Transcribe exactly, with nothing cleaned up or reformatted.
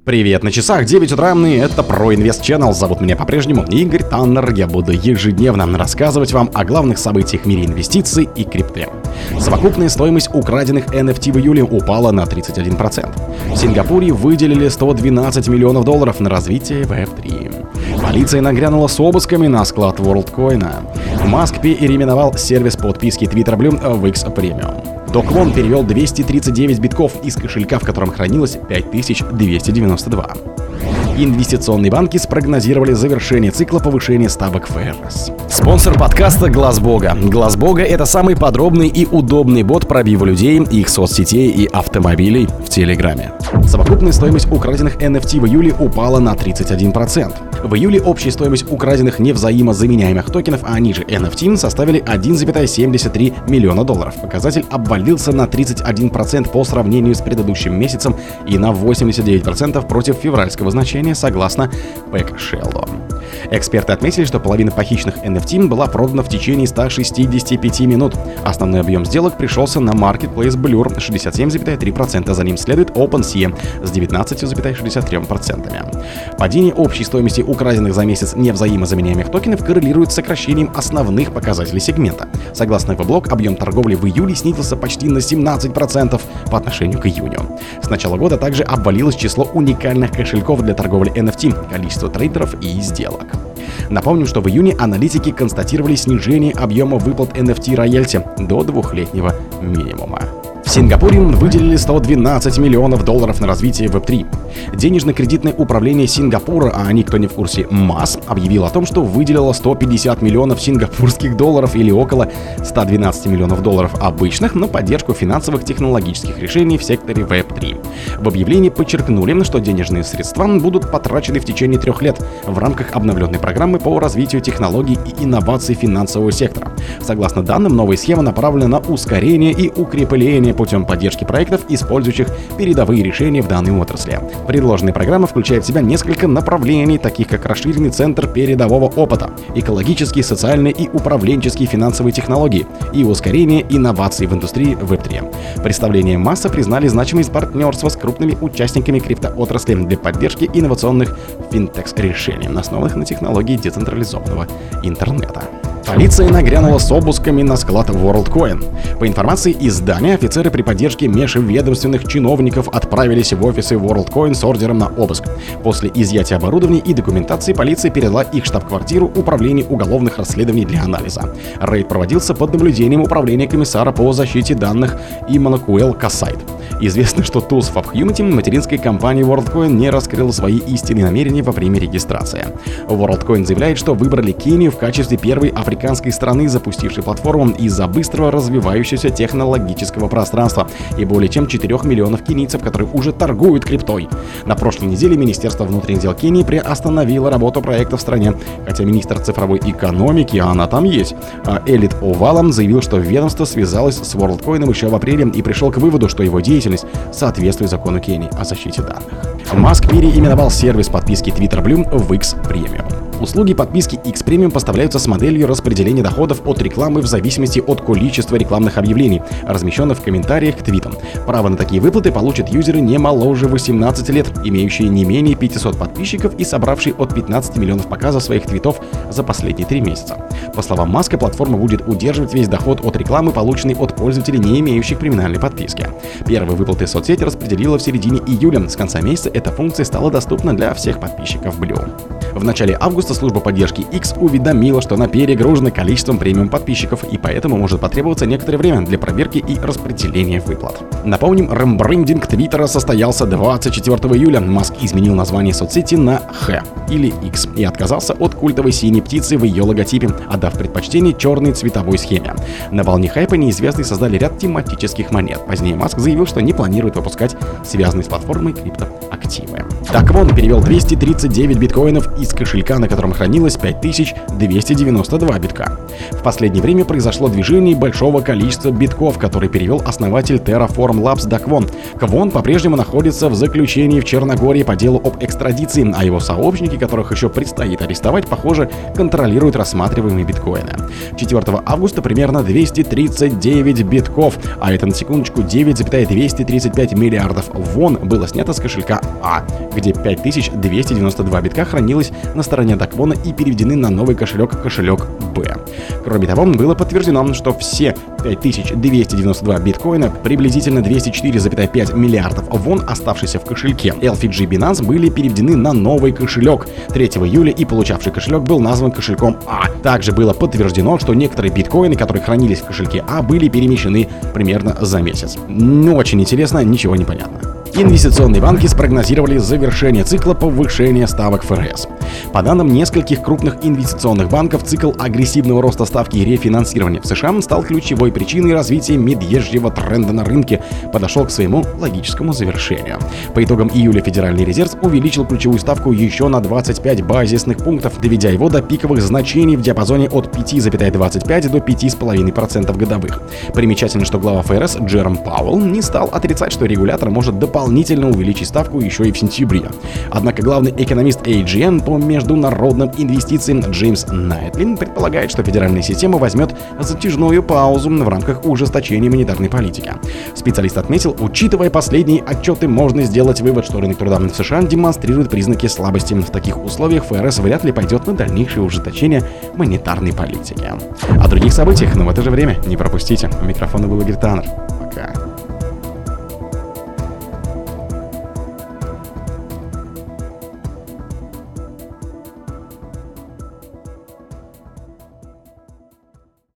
Привет, на часах девять утра, и это ProInvest Channel. Зовут меня по-прежнему Игорь Таннер. Я буду ежедневно рассказывать вам о главных событиях в мире инвестиций и крипты. Совокупная стоимость украденных эн эф ти в июле упала на тридцать один процент. В Сингапуре выделили сто двенадцать миллионов долларов на развитие ви эф три. Полиция нагрянула с обысками на склад WorldCoin. Маск переименовал сервис подписки Twitter Blue в X Premium. Do Kwon перевел двести тридцать девять битков из кошелька, в котором хранилось пять тысяч двести девяносто два. Инвестиционные банки спрогнозировали завершение цикла повышения ставок эф эр эс. Спонсор подкаста — Глаз Бога. Глаз Бога — это самый подробный и удобный бот пробива людей, их соцсетей и автомобилей в Телеграме. Совокупная стоимость украденных эн эф ти в июле упала на тридцать один процент. В июле общая стоимость украденных невзаимозаменяемых токенов, а они же эн эф ти, составили один целых семьдесят три миллиона долларов. Показатель обвалился на тридцать один процент по сравнению с предыдущим месяцем и на восемьдесят девять процентов против февральского значения, согласно PackShello. Эксперты отметили, что половина похищенных эн эф ти была продана в течение ста шестидесяти пяти минут. Основной объем сделок пришелся на Marketplace Blur — шестьдесят семь целых три десятых процента, за ним следует OpenSea с девятнадцать целых шестьдесят три сотых процента. Падение общей стоимости украденных за месяц невзаимозаменяемых токенов коррелирует с сокращением основных показателей сегмента. Согласно Веблог, объем торговли в июле снизился почти на семнадцать процентов по отношению к июню. С начала года также обвалилось число уникальных кошельков для торговли эн эф ти, количество трейдеров и сделок. Напомним, что в июне аналитики констатировали снижение объема выплат эн эф ти роялти до двухлетнего минимума. В Сингапуре выделили сто двенадцать миллионов долларов на развитие веб три. Денежно-кредитное управление Сингапура, а никто не в курсе, МАС, объявил о том, что выделило сто пятьдесят миллионов сингапурских долларов или около ста двенадцати миллионов долларов обычных на поддержку финансовых технологических решений в секторе веб три. В объявлении подчеркнули, что денежные средства будут потрачены в течение трех лет в рамках обновленной программы по развитию технологий и инноваций финансового сектора. Согласно данным, новая схема направлена на ускорение и укрепление путем поддержки проектов, использующих передовые решения в данной отрасли. Предложенная программа включает в себя несколько направлений, таких как расширенный центр передового опыта, экологические, социальные и управленческие финансовые технологии и ускорение инноваций в индустрии веб три. Представление МАСа признали значимость партнерства с крупными участниками криптоотрасли для поддержки инновационных финтекс-решений, основанных на технологии децентрализованного интернета. Полиция нагрянула с обысками на склад WorldCoin. По информации издания, офицеры при поддержке межведомственных чиновников отправились в офисы WorldCoin с ордером на обыск. После изъятия оборудования и документации полиция передала их штаб-квартиру Управлению уголовных расследований для анализа. Рейд проводился под наблюдением Управления комиссара по защите данных Иммануэл Кассайт. Известно, что Tools of Humanity, материнской компании WorldCoin, не раскрыла свои истинные намерения во время регистрации. WorldCoin заявляет, что выбрали Кению в качестве первой африканской страны, запустившей платформу из-за быстро развивающегося технологического пространства и более чем четырёх миллионов кенийцев, которые уже торгуют криптой. На прошлой неделе Министерство внутренних дел Кении приостановило работу проекта в стране, хотя министр цифровой экономики, а она там есть, Элит Овалом, заявил, что ведомство связалось с WorldCoin еще в апреле и пришел к выводу, что его деятельность соответствует закону Кении о защите данных. Маск переименовал сервис подписки Twitter Blue в X Premium. Услуги подписки X Premium поставляются с моделью распределения доходов от рекламы в зависимости от количества рекламных объявлений, размещенных в комментариях к твитам. Право на такие выплаты получат юзеры не моложе восемнадцати лет, имеющие не менее пятисот подписчиков и собравшие от пятнадцати миллионов показов своих твитов за последние три месяца. По словам Маска, платформа будет удерживать весь доход от рекламы, полученный от пользователей, не имеющих криминальной подписки. Первые выплаты соцсети распределила в середине июля. С конца месяца эта функция стала доступна для всех подписчиков Blue. В начале августа служба поддержки X уведомила, что она перегружена количеством премиум подписчиков и поэтому может потребоваться некоторое время для проверки и распределения выплат. Напомним, рембрендинг Твиттера состоялся двадцать четвёртого июля. Маск изменил название соцсети на Х или X и отказался от культовой синей птицы в ее логотипе, отдав предпочтение черной цветовой схеме. На волне хайпа неизвестные создали ряд тематических монет. Позднее Маск заявил, что не планирует выпускать связанные с платформой криптоактивы. Do Kwon перевел двести тридцать девять биткоинов из кошелька, на котором хранилось пять тысяч двести девяносто два битка. В последнее время произошло движение большого количества битков, который перевел основатель Terraform Labs Do Kwon. Kwon по-прежнему находится в заключении в Черногории по делу об экстрадиции, а его сообщники, которых еще предстоит арестовать, похоже, контролируют рассматриваемые биткоины. четвёртого августа примерно двести тридцать девять битков, а это на секундочку девять целых двести тридцать пять миллиардов вон, было снято с кошелька А, где где пять тысяч двести девяносто два битка хранилось на стороне Даквона и переведены на новый кошелек, кошелек Б. Кроме того, было подтверждено, что все пять тысяч двести девяносто два биткоина, приблизительно двести четыре целых пять миллиардов вон, оставшиеся в кошельке эл эф джи Binance, были переведены на новый кошелек третьего июля, и получавший кошелек был назван кошельком А. Также было подтверждено, что некоторые биткоины, которые хранились в кошельке А, были перемещены примерно за месяц. Ну, очень интересно, ничего не понятно. Инвестиционные банки спрогнозировали завершение цикла повышения ставок эф эр эс. По данным нескольких крупных инвестиционных банков, цикл агрессивного роста ставки и рефинансирования в США стал ключевой причиной развития медвежьего тренда на рынке, подошел к своему логическому завершению. По итогам июля Федеральный резерв увеличил ключевую ставку еще на двадцать пять базисных пунктов, доведя его до пиковых значений в диапазоне от пяти целых двадцать пять сотых до пяти целых пять десятых процента годовых. Примечательно, что глава эф эр эс Джером Пауэлл не стал отрицать, что регулятор может дополнительно увеличить ставку еще и в сентябре. Однако главный экономист эй джи эн по международным инвестициям Джеймс Найтлин предполагает, что федеральная система возьмет затяжную паузу в рамках ужесточения монетарной политики. Специалист отметил, учитывая последние отчеты, можно сделать вывод, что рынок труда в США демонстрирует признаки слабости. В таких условиях эф эр эс вряд ли пойдет на дальнейшее ужесточение монетарной политики. О других событиях, но в это же время не пропустите. У микрофона был Игорь Таннер. Пока.